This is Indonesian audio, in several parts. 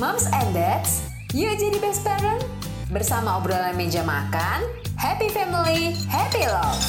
Moms and Dads, yuk jadi best parent. Bersama obrolan meja makan, happy family, happy love.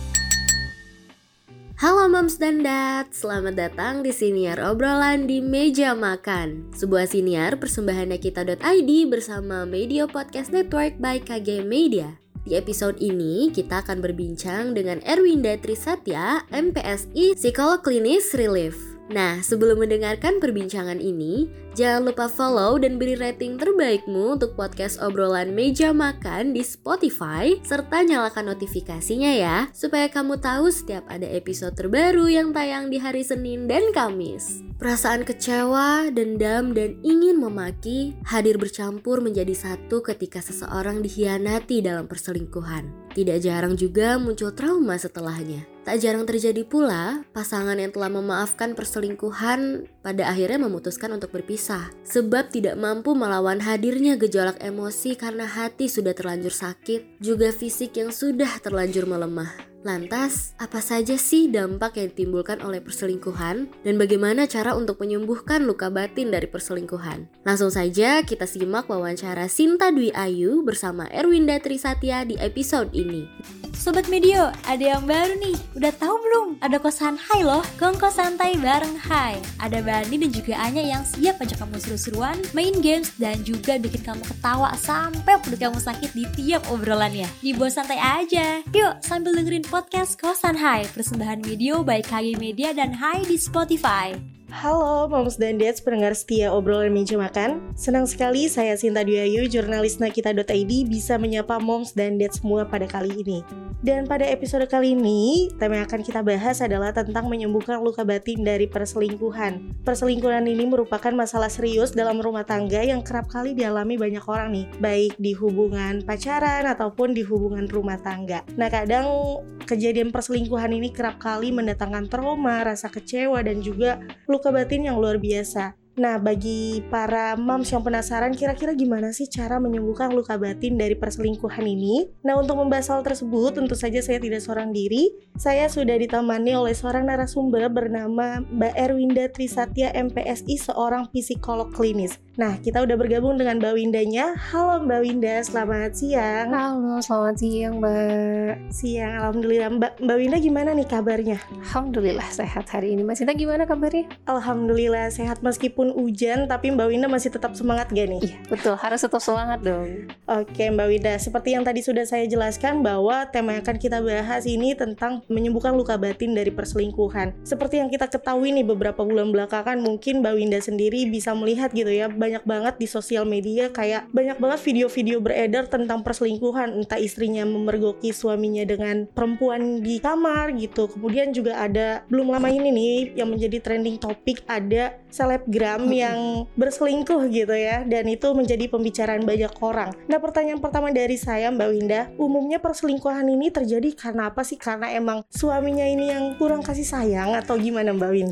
Halo Moms dan Dad, selamat datang di Siniar Obrolan di Meja Makan. Sebuah siniar persembahan Kita.id bersama Media Podcast Network by KG Media. Di episode ini kita akan berbincang dengan Erwinda Trisatya, MPSI, Psikolog Klinis Relief. Nah, sebelum mendengarkan perbincangan ini, jangan lupa follow dan beri rating terbaikmu untuk podcast obrolan meja makan di Spotify, serta nyalakan notifikasinya ya, supaya kamu tahu setiap ada episode terbaru yang tayang di hari Senin dan Kamis. Perasaan kecewa, dendam, dan ingin memaki hadir bercampur menjadi satu ketika seseorang dikhianati dalam perselingkuhan. Tidak jarang juga muncul trauma setelahnya. Tak jarang terjadi pula pasangan yang telah memaafkan perselingkuhan pada akhirnya memutuskan untuk berpisah sebab tidak mampu melawan hadirnya gejolak emosi karena hati sudah terlanjur sakit, juga fisik yang sudah terlanjur melemah. Lantas, apa saja sih dampak yang ditimbulkan oleh perselingkuhan dan bagaimana cara untuk menyembuhkan luka batin dari perselingkuhan? Langsung saja kita simak wawancara Sinta Dwi Ayu bersama Erwinda Trisatya di episode ini. Sobat Medio, ada yang baru nih. Udah tahu belum? Ada kosan Hai loh, kongkos santai bareng Hai. Ada Bani dan juga Anya yang siap ajak kamu seru-seruan, main games, dan juga bikin kamu ketawa sampai perut kamu sakit di tiap obrolannya. Dibawa santai aja. Yuk, sambil dengerin podcast Kosan Hai, persembahan Medio by KG Media dan Hai di Spotify. Halo Moms dan Dads pendengar setia obrolan meja makan. Senang sekali saya Sinta Dwi Ayu, jurnalis Kita.id bisa menyapa Moms dan Dads semua pada kali ini. Dan pada episode kali ini, tema yang akan kita bahas adalah tentang menyembuhkan luka batin dari perselingkuhan. Perselingkuhan ini merupakan masalah serius dalam rumah tangga yang kerap kali dialami banyak orang nih, baik di hubungan pacaran ataupun di hubungan rumah tangga. Nah, kadang kejadian perselingkuhan ini kerap kali mendatangkan trauma, rasa kecewa, dan juga luka batin yang luar biasa. Nah, bagi para moms yang penasaran kira-kira gimana sih cara menyembuhkan luka batin dari perselingkuhan ini? Nah, untuk membahas hal tersebut, tentu saja saya tidak seorang diri. Saya sudah ditemani oleh seorang narasumber bernama Mbak Erwinda Trisatya, MPSI, seorang psikolog klinis. Nah, kita udah bergabung dengan Mbak Windanya. Halo Mbak Winda, selamat siang. Halo, selamat siang Mbak. Siang, alhamdulillah. Mbak Winda gimana nih kabarnya? Alhamdulillah sehat hari ini. Mbak Sinta gimana kabarnya? Alhamdulillah sehat meskipun hujan, tapi Mbak Winda masih tetap semangat gak nih? Iya, betul, harus tetap semangat dong. Oke Mbak Winda, seperti yang tadi sudah saya jelaskan bahwa tema yang akan kita bahas ini tentang menyembuhkan luka batin dari perselingkuhan. Seperti yang kita ketahui nih beberapa bulan belakangan, mungkin Mbak Winda sendiri bisa melihat gitu ya, banyak banget di sosial media kayak banyak banget video-video beredar tentang perselingkuhan, entah istrinya memergoki suaminya dengan perempuan di kamar gitu. Kemudian juga ada belum lama ini nih yang menjadi trending topik, ada selebgram yang berselingkuh gitu ya, dan itu menjadi pembicaraan banyak orang. Nah, pertanyaan pertama dari saya Mbak Winda, umumnya perselingkuhan ini terjadi karena apa sih? Karena emang suaminya ini yang kurang kasih sayang atau gimana Mbak Winda?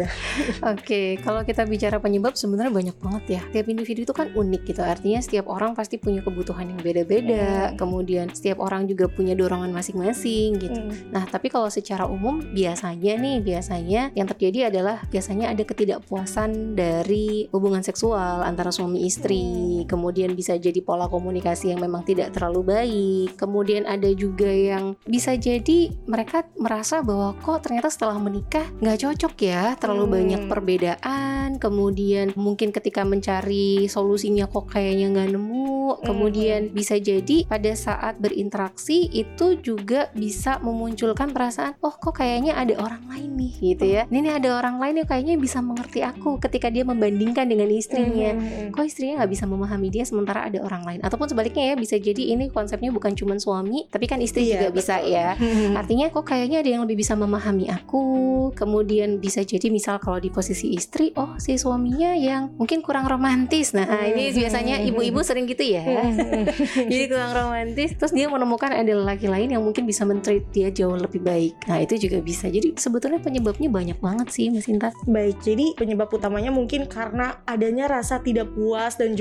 Oke, kalau kita bicara penyebab sebenarnya banyak banget ya. Setiap individu itu kan unik gitu, artinya setiap orang pasti punya kebutuhan yang beda-beda, kemudian setiap orang juga punya dorongan masing-masing gitu. Nah, tapi kalau secara umum biasanya yang terjadi adalah biasanya ada ketidakpuasan dari hubungan seksual antara suami istri, kemudian bisa jadi pola komunikasi yang memang tidak terlalu baik, kemudian ada juga yang bisa jadi mereka merasa bahwa kok ternyata setelah menikah nggak cocok ya, terlalu banyak perbedaan, kemudian mungkin ketika mencari solusinya kok kayaknya nggak nemu, kemudian bisa jadi pada saat berinteraksi itu juga bisa memunculkan perasaan, oh kok kayaknya ada orang lain nih gitu ya, ini ada orang lain yang kayaknya bisa mengerti aku, ketika dia membandingkan dengan istrinya, kok istrinya nggak bisa memahami dia sementara ada orang lain, ataupun sebaliknya ya, bisa jadi ini konsepnya bukan cuma suami tapi kan istri juga betul. Bisa ya, artinya kok kayaknya ada yang lebih bisa memahami aku. Kemudian bisa jadi misal kalau di posisi istri, oh si suaminya yang mungkin kurang romantis, nah ini biasanya ibu-ibu sering gitu ya, jadi kurang romantis, terus dia menemukan ada laki lain yang mungkin bisa men-treat dia jauh lebih baik. Nah itu juga bisa, jadi sebetulnya penyebabnya banyak banget sih Mbak Sinta. Baik, jadi penyebab utamanya mungkin karena adanya rasa tidak puas dan juga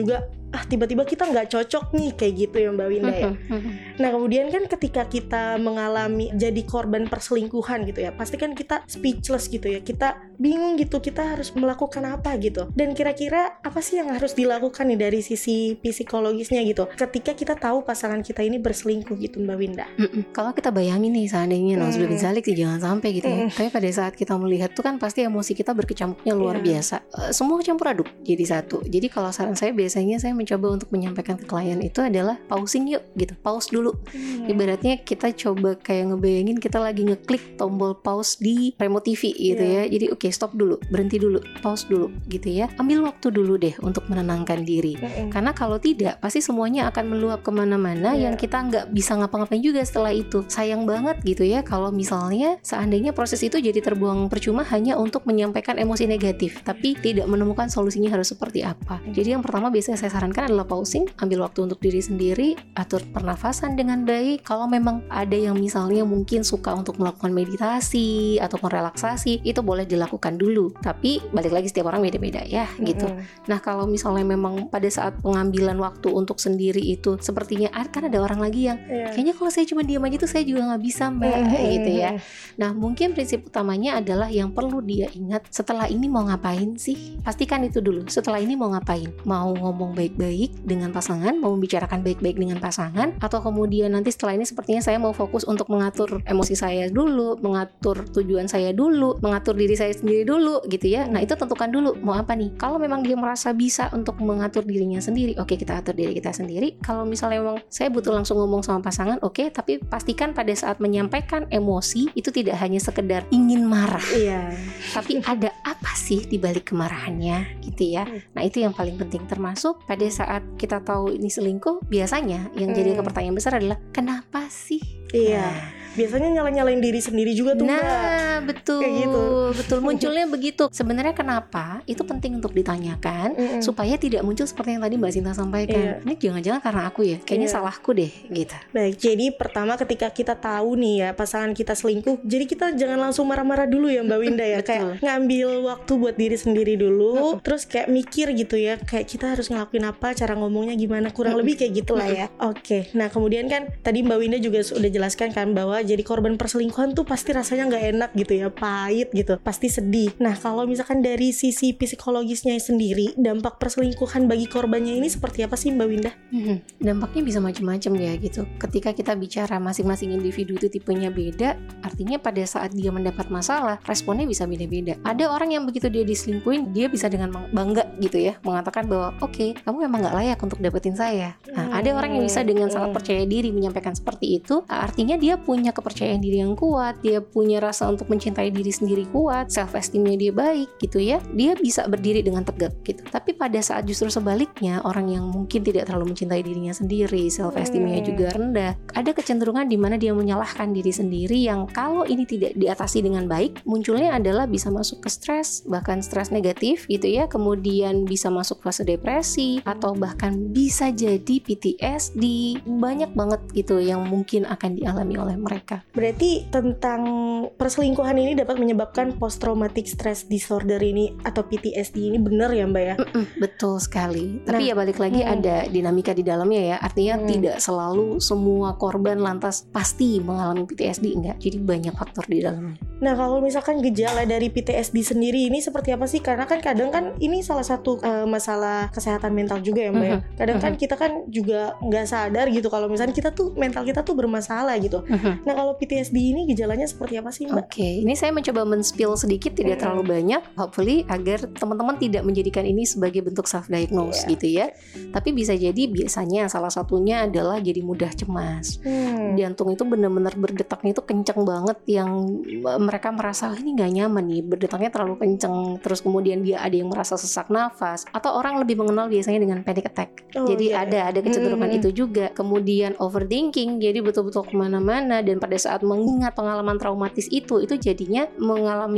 tiba-tiba kita nggak cocok nih kayak gitu ya Mbak Winda ya. Nah kemudian kan ketika kita mengalami jadi korban perselingkuhan gitu ya, pasti kan kita speechless gitu ya, kita bingung gitu, kita harus melakukan apa gitu. Dan kira-kira apa sih yang harus dilakukan nih dari sisi psikologisnya gitu ketika kita tahu pasangan kita ini berselingkuh gitu Mbak Winda? Kalau kita bayangin nih seandainya sudah dizalik sih jangan sampai gitu ya. Tapi pada saat kita melihat tuh kan pasti emosi kita berkecampurnya luar biasa. Semua campur aduk jadi satu. Jadi kalau saran saya biasanya saya mencoba untuk menyampaikan ke klien itu adalah pausing yuk gitu, pause dulu. Ibaratnya kita coba kayak ngebayangin kita lagi ngeklik tombol pause di remote TV gitu ya. Jadi oke, stop dulu, berhenti dulu, pause dulu gitu ya. Ambil waktu dulu deh untuk menenangkan diri. Karena kalau tidak pasti semuanya akan meluap kemana-mana yang kita nggak bisa ngapa-ngapain juga setelah itu. Sayang banget gitu ya kalau misalnya seandainya proses itu jadi terbuang percuma hanya untuk menyampaikan emosi negatif tapi tidak menemukan solusinya harus seperti apa. Jadi yang pertama biasanya saya sarankan adalah pausing, ambil waktu untuk diri sendiri, atur pernafasan dengan baik. Kalau memang ada yang misalnya mungkin suka untuk melakukan meditasi ataupun relaksasi, itu boleh dilakukan dulu. Tapi balik lagi setiap orang beda-beda ya gitu. Nah kalau misalnya memang pada saat pengambilan waktu untuk sendiri itu sepertinya kan ada orang lagi yang kayaknya kalau saya cuma diam aja tuh saya juga nggak bisa Mbak gitu ya. Nah mungkin prinsip utamanya adalah yang perlu dia ingat, setelah ini mau ngapain sih? Pastikan itu dulu. Setelah ini mau ngapain? Mau ngomong baik-baik dengan pasangan, mau membicarakan baik-baik dengan pasangan, atau kemudian nanti setelah ini sepertinya saya mau fokus untuk mengatur emosi saya dulu, mengatur tujuan saya dulu, mengatur diri saya sendiri dulu gitu ya. Nah itu tentukan dulu mau apa nih. Kalau memang dia merasa bisa untuk mengatur dirinya sendiri, oke, kita atur diri kita sendiri. Kalau misalnya memang saya butuh langsung ngomong sama pasangan, oke, tapi pastikan pada saat menyampaikan emosi itu tidak hanya sekedar ingin marah, tapi ada apa sih di balik kemarahannya gitu ya. Nah itu yang paling penting, termasuk pada saat kita tahu ini selingkuh, biasanya yang jadi pertanyaan besar adalah kenapa sih? Biasanya nyalain diri sendiri juga tuh Mbak. Nah betul, kayak gitu. Betul, munculnya begitu. Sebenarnya kenapa? Itu penting untuk ditanyakan supaya tidak muncul seperti yang tadi Mbak Sinta sampaikan. Ini jangan-jangan karena aku ya, kayaknya salahku deh gitu. Baik, jadi pertama ketika kita tahu nih ya pasangan kita selingkuh, jadi kita jangan langsung marah-marah dulu ya Mbak Winda ya. Kayak ngambil waktu buat diri sendiri dulu, terus kayak mikir gitu ya, kayak kita harus ngelakuin apa, cara ngomongnya gimana, kurang lebih kayak gitulah ya. Oke, nah kemudian kan tadi Mbak Winda juga sudah jelaskan kan bahwa jadi korban perselingkuhan tuh pasti rasanya nggak enak gitu ya, pahit gitu, pasti sedih. Nah kalau misalkan dari sisi psikologisnya sendiri, dampak perselingkuhan bagi korbannya ini seperti apa sih Mbak Winda? Dampaknya bisa macam-macam ya gitu. Ketika kita bicara masing-masing individu itu tipenya beda, artinya pada saat dia mendapat masalah, responnya bisa beda-beda. Ada orang yang begitu dia diselingkuhin, dia bisa dengan bangga gitu ya, mengatakan bahwa oke, kamu memang nggak layak untuk dapetin saya. Nah, ada orang yang bisa dengan sangat percaya diri menyampaikan seperti itu, artinya dia punya kepercayaan diri yang kuat, dia punya rasa untuk mencintai diri sendiri kuat, self esteemnya dia baik gitu ya, dia bisa berdiri dengan tegak gitu. Tapi pada saat justru sebaliknya, orang yang mungkin tidak terlalu mencintai dirinya sendiri, self esteemnya juga rendah, ada kecenderungan di mana dia menyalahkan diri sendiri yang kalau ini tidak diatasi dengan baik, munculnya adalah bisa masuk ke stres, bahkan stres negatif gitu ya, kemudian bisa masuk fase depresi, atau bahkan bisa jadi PTSD, banyak banget gitu yang mungkin akan dialami oleh mereka. Berarti tentang perselingkuhan ini dapat menyebabkan post traumatic stress disorder ini atau PTSD ini benar ya Mbak ya? Betul sekali. Tapi ya balik lagi ada dinamika di dalamnya ya. Artinya tidak selalu semua korban lantas pasti mengalami PTSD, enggak. Jadi banyak faktor di dalamnya. Nah kalau misalkan gejala dari PTSD sendiri ini seperti apa sih? Karena kan kadang kan ini salah satu masalah kesehatan mental juga ya Mbak ya. Kadang kan kita kan juga nggak sadar gitu kalau misalnya kita tuh mental kita tuh bermasalah gitu. Nah kalau PTSD ini gejalanya seperti apa sih Mbak? Oke, ini saya mencoba men-spill sedikit, tidak terlalu banyak, hopefully agar teman-teman tidak menjadikan ini sebagai bentuk self-diagnose gitu ya. Tapi bisa jadi biasanya salah satunya adalah jadi mudah cemas. Jantung itu benar-benar berdetaknya itu kenceng banget, yang mereka merasa ini nggak nyaman nih, berdetaknya terlalu kenceng. Terus kemudian dia ada yang merasa sesak nafas, atau orang lebih mengenal biasanya dengan panic attack. Jadi ada kecenderungan itu juga. Kemudian overthinking, jadi betul-betul kemana-mana, dan pada saat mengingat pengalaman traumatis itu jadinya mengalami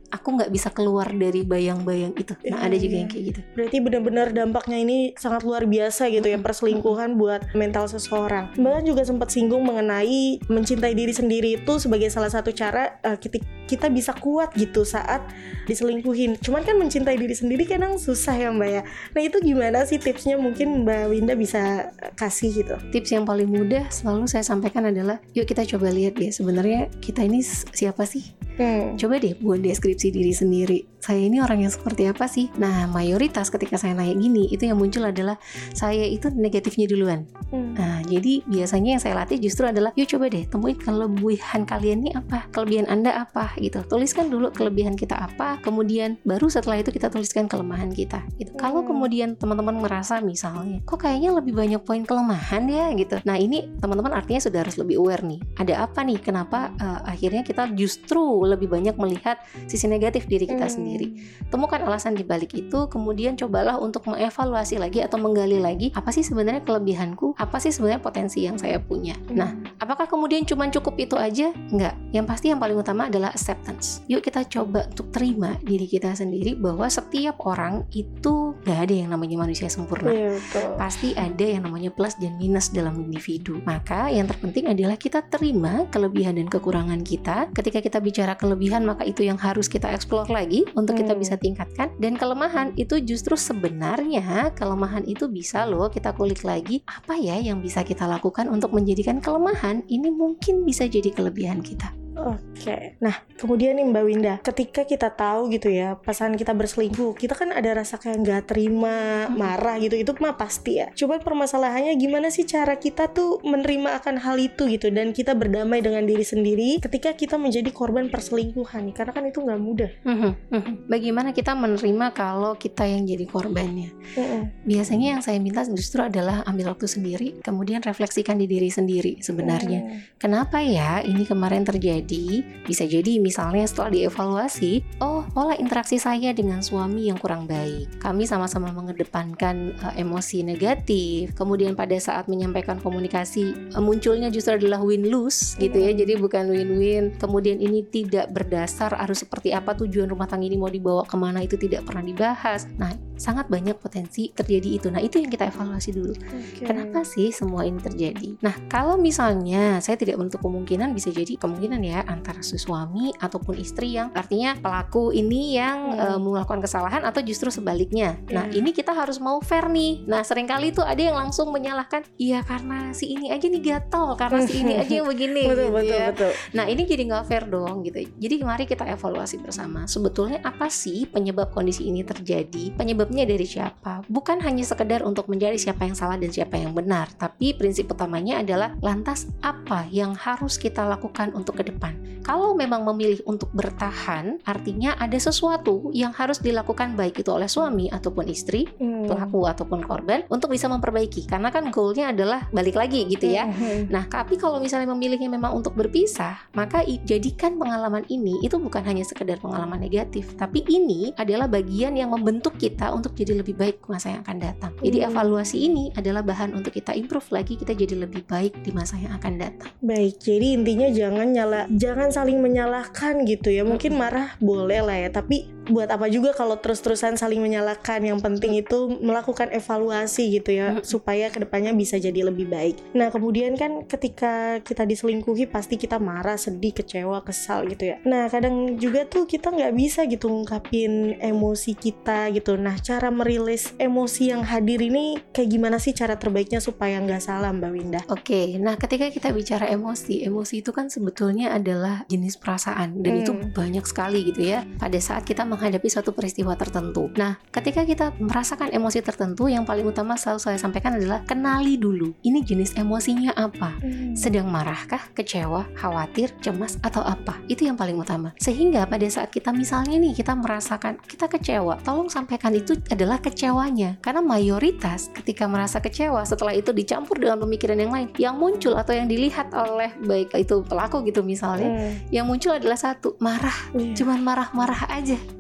aku nggak bisa keluar dari bayang-bayang itu. Nah ada juga yang kayak gitu. Berarti benar-benar dampaknya ini sangat luar biasa gitu ya, perselingkuhan buat mental seseorang. Mbak juga sempat singgung mengenai mencintai diri sendiri itu sebagai salah satu cara kita bisa kuat gitu saat diselingkuhin. Cuman kan mencintai diri sendiri kadang susah ya Mbak ya. Nah itu gimana sih tipsnya, mungkin Mbak Winda bisa kasih gitu? Tips yang paling mudah selalu saya sampaikan adalah, yuk kita coba lihat ya sebenarnya kita ini siapa sih? Coba deh buat deskripsi diri sendiri. Saya ini orang yang seperti apa sih? Nah mayoritas ketika saya nanya gini, itu yang muncul adalah saya itu negatifnya duluan. Nah jadi biasanya yang saya latih justru adalah, yuk coba deh temuin kelebihan kalian ini apa, kelebihan Anda apa gitu. Tuliskan dulu kelebihan kita apa, kemudian baru setelah itu kita tuliskan kelemahan kita gitu. Kalau kemudian teman-teman merasa misalnya, kok kayaknya lebih banyak poin kelemahan ya gitu. Nah ini teman-teman artinya sudah harus lebih aware nih. Ada apa nih? Kenapa akhirnya kita justru lebih banyak melihat sisi negatif diri kita sendiri. Temukan alasan di balik itu, kemudian cobalah untuk mengevaluasi lagi atau menggali lagi, apa sih sebenarnya kelebihanku, apa sih sebenarnya potensi yang saya punya. Nah, apakah kemudian cuma cukup itu aja? Enggak. Yang pasti yang paling utama adalah acceptance. Yuk kita coba untuk terima diri kita sendiri bahwa setiap orang itu gak ada yang namanya manusia sempurna. Pasti ada yang namanya plus dan minus dalam individu. Maka yang terpenting adalah kita terima kelebihan dan kekurangan kita. Ketika kita bicara kelebihan, maka itu yang harus kita explore lagi untuk kita bisa tingkatkan. Dan kelemahan itu justru sebenarnya kelemahan itu bisa loh kita kulik lagi, apa ya yang bisa kita lakukan untuk menjadikan kelemahan ini mungkin bisa jadi kelebihan kita. Oke. Nah, kemudian nih Mbak Winda, ketika kita tahu gitu ya pasangan kita berselingkuh, kita kan ada rasa kayak nggak terima, marah gitu, itu mah pasti ya. Coba permasalahannya gimana sih cara kita tuh menerima akan hal itu gitu, dan kita berdamai dengan diri sendiri ketika kita menjadi korban perselingkuhan nih, karena kan itu nggak mudah. Bagaimana kita menerima kalau kita yang jadi korbannya? Biasanya yang saya minta justru adalah ambil waktu sendiri, kemudian refleksikan di diri sendiri sebenarnya. Kenapa ya ini kemarin terjadi? Bisa jadi misalnya setelah dievaluasi, pola interaksi saya dengan suami yang kurang baik. Kami sama-sama mengedepankan emosi negatif. Kemudian pada saat menyampaikan komunikasi, munculnya justru adalah win-lose gitu ya. Jadi bukan win-win. Kemudian ini tidak berdasar harus seperti apa tujuan rumah tangga ini mau dibawa kemana, itu tidak pernah dibahas. Nah, sangat banyak potensi terjadi itu. Nah, itu yang kita evaluasi dulu. Kenapa sih semua ini terjadi? Nah, kalau misalnya saya tidak menutup kemungkinan, bisa jadi kemungkinan ya antara suami ataupun istri yang artinya pelaku ini yang melakukan kesalahan, atau justru sebaliknya. Nah ini kita harus mau fair nih. Nah seringkali tuh ada yang langsung menyalahkan, iya karena si ini aja nih gatel, karena si ini aja yang begini. Betul. Nah ini jadi nggak fair dong gitu. Jadi mari kita evaluasi bersama, sebetulnya apa sih penyebab kondisi ini terjadi, penyebabnya dari siapa. Bukan hanya sekedar untuk mencari siapa yang salah dan siapa yang benar, tapi prinsip utamanya adalah lantas apa yang harus kita lakukan untuk ke depan. Kalau memang memilih untuk bertahan, artinya ada sesuatu yang harus dilakukan baik itu oleh suami ataupun istri, pelaku ataupun korban, untuk bisa memperbaiki. Karena kan goalnya adalah balik lagi gitu ya. Nah, tapi kalau misalnya memilihnya memang untuk berpisah, maka jadikan pengalaman ini itu bukan hanya sekedar pengalaman negatif, tapi ini adalah bagian yang membentuk kita untuk jadi lebih baik masa yang akan datang. Jadi evaluasi ini adalah bahan untuk kita improve lagi, kita jadi lebih baik di masa yang akan datang. Baik, jadi intinya jangan saling menyalahkan gitu ya. Mungkin marah boleh lah ya, tapi buat apa juga kalau terus-terusan saling menyalahkan. Yang penting itu melakukan evaluasi gitu ya, supaya kedepannya bisa jadi lebih baik. Nah kemudian kan ketika kita diselingkuhi pasti kita marah, sedih, kecewa, kesal gitu ya. Nah kadang juga tuh kita nggak bisa gitu ngungkapin emosi kita gitu. Nah cara merilis emosi yang hadir ini kayak gimana sih cara terbaiknya supaya nggak salah Mbak Winda? Oke, nah ketika kita bicara emosi itu kan sebetulnya adalah jenis perasaan, dan itu banyak sekali gitu ya pada saat kita menghadapi suatu peristiwa tertentu. Nah ketika kita merasakan emosi tertentu, yang paling utama selalu saya sampaikan adalah kenali dulu ini jenis emosinya apa. Sedang marahkah, kecewa, khawatir, cemas, atau apa? Itu yang paling utama. Sehingga pada saat kita misalnya nih kita merasakan kita kecewa, tolong sampaikan itu adalah kecewanya. Karena mayoritas ketika merasa kecewa, setelah itu dicampur dengan pemikiran yang lain, yang muncul atau yang dilihat oleh baik itu pelaku gitu misalnya, yang muncul adalah satu, marah, cuman marah-marah aja.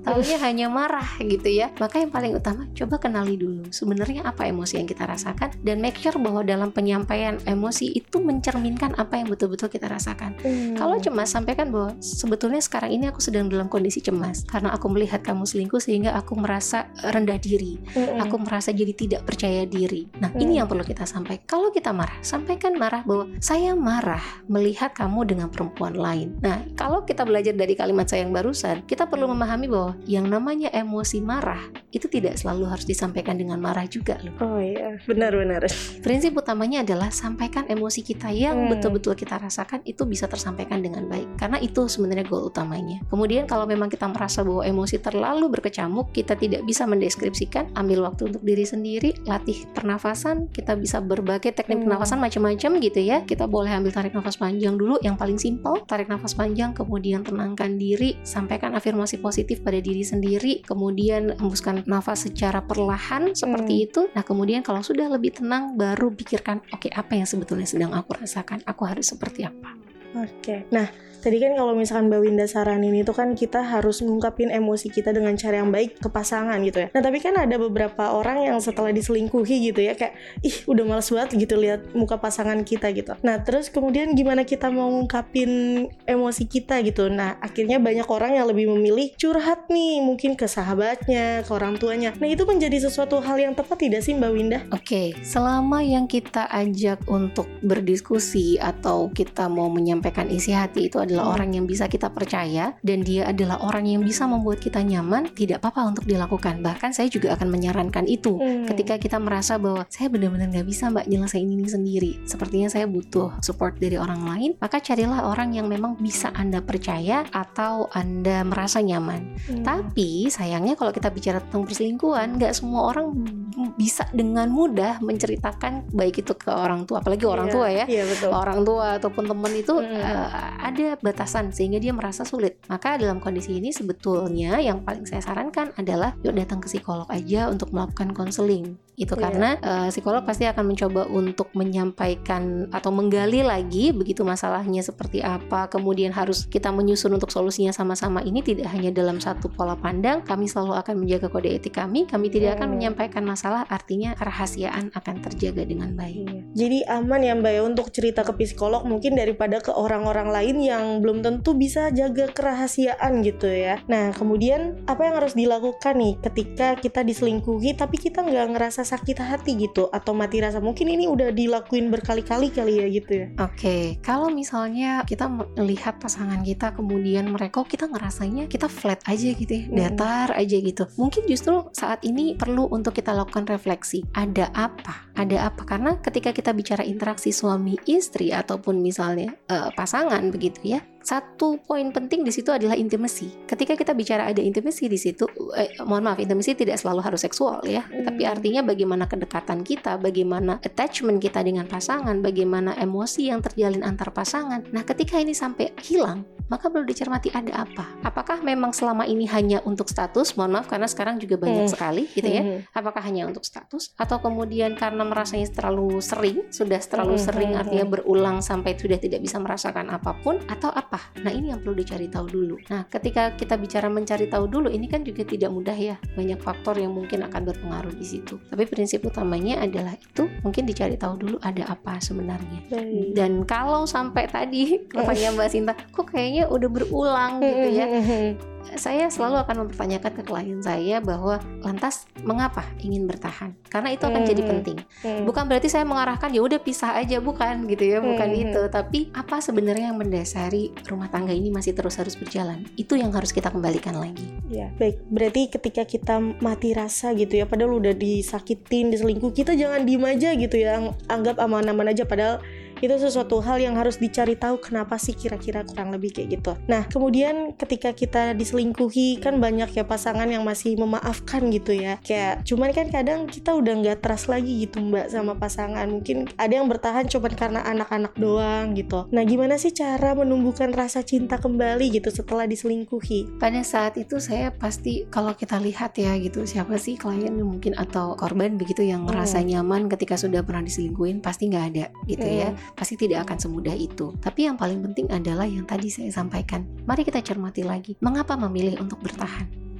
taunya hanya marah gitu ya. Maka yang paling utama, coba kenali dulu sebenarnya apa emosi yang kita rasakan, dan make sure bahwa dalam penyampaian emosi itu mencerminkan apa yang betul-betul kita rasakan. Kalau cemas, sampaikan bahwa sebetulnya sekarang ini aku sedang dalam kondisi cemas karena aku melihat kamu selingkuh sehingga aku merasa rendah diri, aku merasa jadi tidak percaya diri. Nah, ini yang perlu kita sampaikan. Kalau kita marah, sampaikan marah bahwa saya marah melihat kamu dengan perempuan lain. Nah, kalau kita belajar dari kalimat saya yang barusan, kita perlu memahami bahwa yang namanya emosi marah itu tidak selalu harus disampaikan dengan marah juga loh. Oh iya, benar-benar. Prinsip utamanya adalah sampaikan emosi kita yang betul-betul kita rasakan itu bisa tersampaikan dengan baik, karena itu sebenarnya goal utamanya. Kemudian kalau memang kita merasa bahwa emosi terlalu berkecamuk, kita tidak bisa mendeskripsikan, ambil waktu untuk diri sendiri, latih pernafasan. Kita bisa berbagai teknik pernafasan macam-macam gitu ya. Kita boleh ambil tarik nafas panjang dulu, yang paling simpel, tarik nafas panjang, kemudian tenangkan diri, sampaikan afirmasi positif pada diri sendiri, kemudian hembuskan nafas secara perlahan seperti itu. Nah, kemudian kalau sudah lebih tenang, baru pikirkan, oke, apa yang sebetulnya sedang aku rasakan, aku harus seperti apa. Oke. Nah, tadi kan kalau misalkan Mbak Winda saranin itu kan kita harus ngungkapin emosi kita dengan cara yang baik ke pasangan gitu ya. Nah, tapi kan ada beberapa orang yang setelah diselingkuhi gitu ya, kayak udah males banget gitu lihat muka pasangan kita gitu. Nah, terus kemudian gimana kita mau ngungkapin emosi kita gitu. Nah, akhirnya banyak orang yang lebih memilih curhat nih, mungkin ke sahabatnya, ke orang tuanya. Nah, itu menjadi sesuatu hal yang tepat tidak sih Mbak Winda? Oke, selama yang kita ajak untuk berdiskusi atau kita mau menyampaikan isi hati itu adalah orang yang bisa kita percaya dan dia adalah orang yang bisa membuat kita nyaman, tidak apa-apa untuk dilakukan. Bahkan saya juga akan menyarankan itu ketika kita merasa bahwa saya benar-benar gak bisa Mbak nyelesain ini sendiri, sepertinya saya butuh support dari orang lain, maka carilah orang yang memang bisa Anda percaya atau Anda merasa nyaman. Tapi sayangnya kalau kita bicara tentang perselingkuhan, gak semua orang bisa dengan mudah menceritakan, baik itu ke orang tua, apalagi orang tua ya, betul. Orang tua ataupun teman itu ada batasan sehingga dia merasa sulit. Maka dalam kondisi ini sebetulnya yang paling saya sarankan adalah yuk datang ke psikolog aja untuk melakukan konseling. Itu karena psikolog pasti akan mencoba untuk menyampaikan atau menggali lagi begitu masalahnya seperti apa, kemudian harus kita menyusun untuk solusinya sama-sama. Ini tidak hanya dalam satu pola pandang, kami selalu akan menjaga kode etik kami tidak akan menyampaikan masalah, artinya kerahasiaan akan terjaga dengan baik. Jadi aman ya Mbak ya untuk cerita ke psikolog mungkin daripada ke orang-orang lain yang belum tentu bisa jaga kerahasiaan gitu ya. Nah, kemudian apa yang harus dilakukan nih ketika kita diselingkuhi tapi kita nggak ngerasa sakit hati gitu atau mati rasa? Mungkin ini udah dilakuin berkali-kali kali ya gitu ya. Oke, kalau misalnya kita melihat pasangan kita kemudian mereka kita ngerasanya kita flat aja gitu ya, datar aja gitu. Mungkin justru saat ini perlu untuk kita lakukan refleksi. Ada apa? Karena ketika kita bicara interaksi suami istri ataupun misalnya pasangan begitu ya, satu poin penting di situ adalah intimacy. Ketika kita bicara ada intimacy di situ, intimacy tidak selalu harus seksual ya, tapi artinya bagaimana kedekatan kita, bagaimana attachment kita dengan pasangan, bagaimana emosi yang terjalin antar pasangan. Nah, ketika ini sampai hilang, maka perlu dicermati ada apa. Apakah memang selama ini hanya untuk status? Karena sekarang juga banyak sekali gitu ya. Apakah hanya untuk status atau kemudian karena merasanya terlalu sering, sudah terlalu sering artinya berulang sampai sudah tidak bisa merasakan apapun atau apa? Nah, ini yang perlu dicari tahu dulu. Nah, ketika kita bicara mencari tahu dulu, ini kan juga tidak mudah ya. Banyak faktor yang mungkin akan berpengaruh di situ. Tapi prinsip utamanya adalah itu, mungkin dicari tahu dulu ada apa sebenarnya. Dan kalau sampai tadi pertanyaan Mbak Sinta, kok kayaknya udah berulang gitu ya. Saya selalu akan mempertanyakan ke klien saya bahwa lantas mengapa ingin bertahan? Karena itu akan jadi penting. Bukan berarti saya mengarahkan ya udah pisah aja, bukan gitu ya, bukan itu. Tapi apa sebenarnya yang mendasari rumah tangga ini masih terus harus berjalan? Itu yang harus kita kembalikan lagi. Ya, baik. Berarti ketika kita mati rasa gitu ya, padahal udah disakitin, diselingkuh, kita jangan diem aja gitu ya, anggap aman-aman aja, padahal itu sesuatu hal yang harus dicari tahu kenapa sih kira-kira kurang lebih kayak gitu. Nah, kemudian ketika kita diselingkuhi kan banyak ya pasangan yang masih memaafkan gitu ya. Kayak cuman kan kadang kita udah nggak trust lagi gitu Mbak sama pasangan. Mungkin ada yang bertahan cuman karena anak-anak doang gitu. Nah, gimana sih cara menumbuhkan rasa cinta kembali gitu setelah diselingkuhi? Pada saat itu saya pasti kalau kita lihat ya gitu, siapa sih klien mungkin atau korban begitu yang ngerasa nyaman ketika sudah pernah diselingkuhin, pasti nggak ada gitu ya. Pasti tidak akan semudah itu. Tapi yang paling penting adalah yang tadi saya sampaikan. Mari kita cermati lagi. Mengapa memilih untuk bertahan?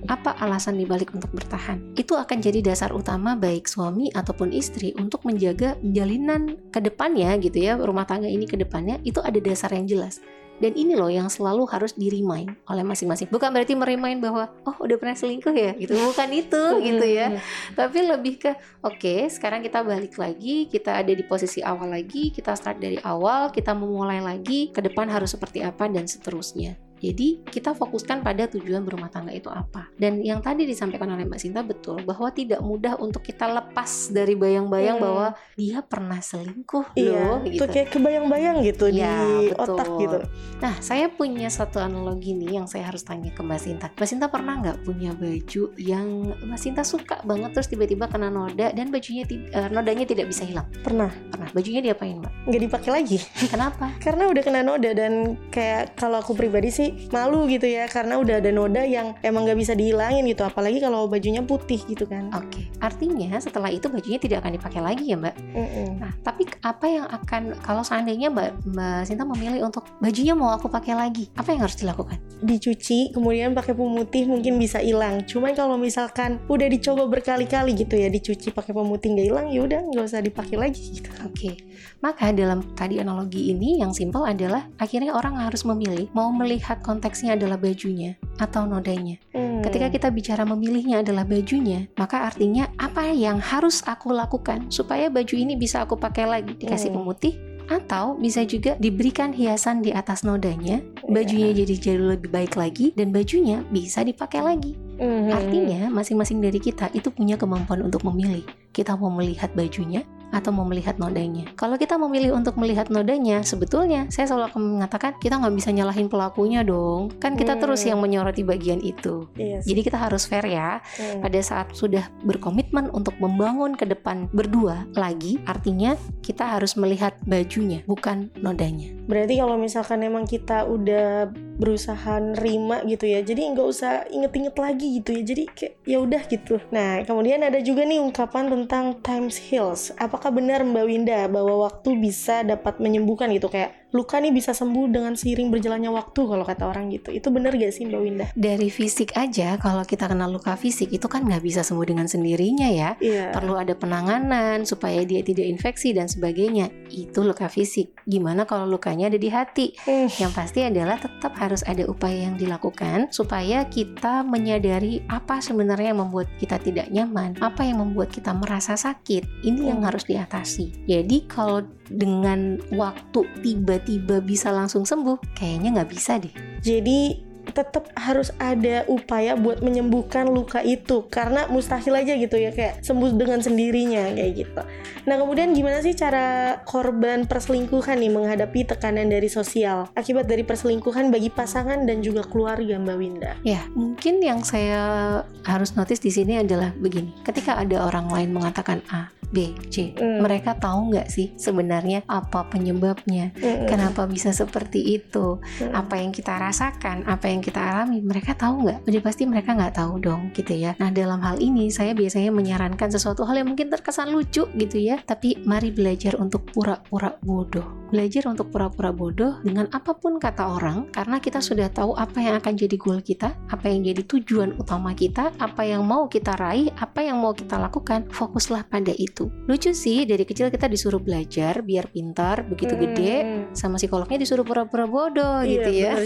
apa alasan dibalik untuk bertahan. Itu akan jadi dasar utama baik suami ataupun istri untuk menjaga jalinan ke depannya gitu ya, rumah tangga ini ke depannya itu ada dasar yang jelas. Dan ini loh yang selalu harus di-remind oleh masing-masing. Bukan berarti meremind bahwa udah pernah selingkuh ya gitu. Bukan itu gitu ya. Tapi lebih ke oke, sekarang kita balik lagi, kita ada di posisi awal lagi, kita start dari awal, kita memulai lagi, ke depan harus seperti apa dan seterusnya. Jadi kita fokuskan pada tujuan berumah tangga itu apa. Dan yang tadi disampaikan oleh Mbak Sinta betul, bahwa tidak mudah untuk kita lepas dari bayang-bayang bahwa dia pernah selingkuh loh gitu. Itu kayak kebayang-bayang gitu ya, di betul. otak gitu. Nah, saya punya satu analogi nih yang saya harus tanya ke Mbak Sinta. Mbak Sinta pernah nggak punya baju yang Mbak Sinta suka banget terus tiba-tiba kena noda dan bajunya nodanya tidak bisa hilang? Pernah. Bajunya diapain, Mbak? Nggak dipakai lagi. Kenapa? Karena udah kena noda dan kayak kalau aku pribadi sih malu gitu ya, karena udah ada noda yang emang nggak bisa dihilangin gitu, apalagi kalau bajunya putih gitu kan. Oke. Artinya setelah itu bajunya tidak akan dipakai lagi ya, Mbak? Nah, tapi apa yang akan kalau seandainya Mbak Sinta memilih untuk bajunya mau aku pakai lagi, apa yang harus dilakukan? Dicuci, kemudian pakai pemutih mungkin bisa hilang. Cuman kalau misalkan udah dicoba berkali-kali gitu ya, dicuci pakai pemutih nggak hilang, ya udah nggak usah dipakai lagi gitu. Oke. Maka dalam tadi analogi ini yang simpel adalah akhirnya orang harus memilih mau melihat konteksnya adalah bajunya atau nodanya. Ketika kita bicara memilihnya adalah bajunya, maka artinya apa yang harus aku lakukan supaya baju ini bisa aku pakai lagi, dikasih pemutih atau bisa juga diberikan hiasan di atas nodanya, bajunya jadi jauh lebih baik lagi dan bajunya bisa dipakai lagi. Artinya masing-masing dari kita itu punya kemampuan untuk memilih. Kita mau melihat bajunya atau mau melihat nodanya. Kalau kita memilih untuk melihat nodanya, sebetulnya saya selalu akan mengatakan kita nggak bisa nyalahin pelakunya dong. Kan kita terus yang menyoroti bagian itu. Jadi kita harus fair ya. Pada saat sudah berkomitmen untuk membangun ke depan berdua lagi, artinya kita harus melihat bajunya, bukan nodanya. Berarti kalau misalkan emang kita udah berusaha nerima gitu ya, jadi nggak usah inget-inget lagi gitu ya. Jadi kayak ya udah gitu. Nah, kemudian ada juga nih ungkapan tentang time heals. Apakah benar Mbak Winda bahwa waktu bisa dapat menyembuhkan gitu, kayak luka nih bisa sembuh dengan seiring berjalannya waktu kalau kata orang gitu. Itu benar gak sih Mbak Winda? Dari fisik aja, kalau kita kena luka fisik itu kan gak bisa sembuh dengan sendirinya ya. Perlu ada penanganan supaya dia tidak infeksi dan sebagainya. Itu luka fisik. Gimana kalau lukanya ada di hati? Yang pasti adalah tetap harus ada upaya yang dilakukan supaya kita menyadari apa sebenarnya yang membuat kita tidak nyaman, apa yang membuat kita merasa sakit. Ini yang harus diatasi. Jadi kalau dengan waktu tiba-tiba bisa langsung sembuh, kayaknya nggak bisa deh. Jadi tetap harus ada upaya buat menyembuhkan luka itu, karena mustahil aja gitu ya kayak sembuh dengan sendirinya kayak gitu. Nah, kemudian gimana sih cara korban perselingkuhan nih menghadapi tekanan dari sosial akibat dari perselingkuhan bagi pasangan dan juga keluarga, Mbak Winda? Ya, mungkin yang saya harus notice di sini adalah begini. Ketika ada orang lain mengatakan A, B, C, mereka tahu nggak sih sebenarnya apa penyebabnya? Kenapa bisa seperti itu? Apa yang kita rasakan? Apa yang kita alami? Mereka tahu nggak? Udah pasti mereka nggak tahu dong, gitu ya. Nah, dalam hal ini saya biasanya menyarankan sesuatu hal yang mungkin terkesan lucu gitu ya, tapi mari belajar untuk pura-pura bodoh. Belajar untuk pura-pura bodoh dengan apapun kata orang, karena kita sudah tahu apa yang akan jadi goal kita, apa yang jadi tujuan utama kita, apa yang mau kita raih, apa yang mau kita lakukan. Fokuslah pada itu. Lucu sih, dari kecil kita disuruh belajar biar pintar, begitu gede sama psikolognya disuruh pura-pura bodoh gitu ya.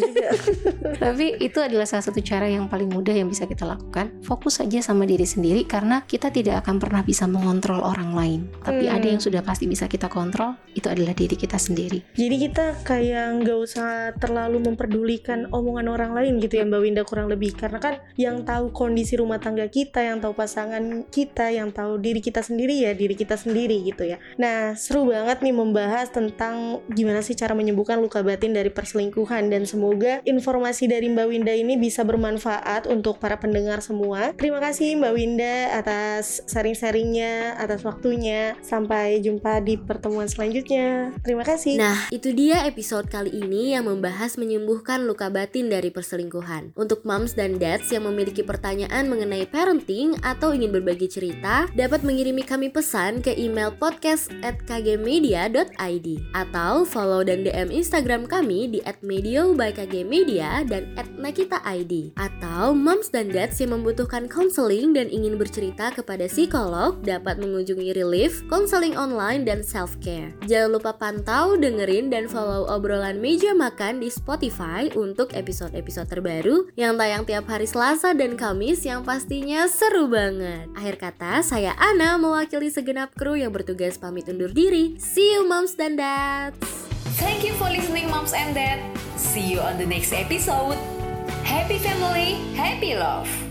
Tapi itu adalah salah satu cara yang paling mudah yang bisa kita lakukan. Fokus saja sama diri sendiri, karena kita tidak akan pernah bisa mengontrol orang lain. Tapi ada yang sudah pasti bisa kita kontrol, itu adalah diri kita sendiri. Jadi kita kayak nggak usah terlalu memperdulikan omongan orang lain gitu ya Mbak Winda, kurang lebih. Karena kan yang tahu kondisi rumah tangga kita, yang tahu pasangan kita, yang tahu diri kita sendiri ya diri kita sendiri gitu ya. Nah, seru banget nih membahas tentang gimana sih cara menyembuhkan luka batin dari perselingkuhan, dan semoga informasi dari Mbak Winda ini bisa bermanfaat untuk para pendengar semua. Terima kasih Mbak Winda atas sharing-sharingnya, atas waktunya. Sampai jumpa di pertemuan selanjutnya. Terima kasih. kasih. Nah, itu dia episode kali ini yang membahas menyembuhkan luka batin dari perselingkuhan. Untuk moms dan dads yang memiliki pertanyaan mengenai parenting atau ingin berbagi cerita, dapat mengirimi kami pesan ke email podcast@kgmedia.id atau follow dan DM Instagram kami di @medio_by_kgmedia dan @nakita_id. Atau moms dan dads yang membutuhkan konseling dan ingin bercerita kepada psikolog dapat mengunjungi Relief, konseling online dan self-care. Jangan lupa pantau, dengerin, dan follow obrolan meja makan di Spotify untuk episode-episode terbaru yang tayang tiap hari Selasa dan Kamis yang pastinya seru banget. Akhir kata, saya Ana mewakili segenap kru yang bertugas pamit undur diri. See you moms dan dads! Thank you for listening, moms and dad. See you on the next episode. Happy family, happy love.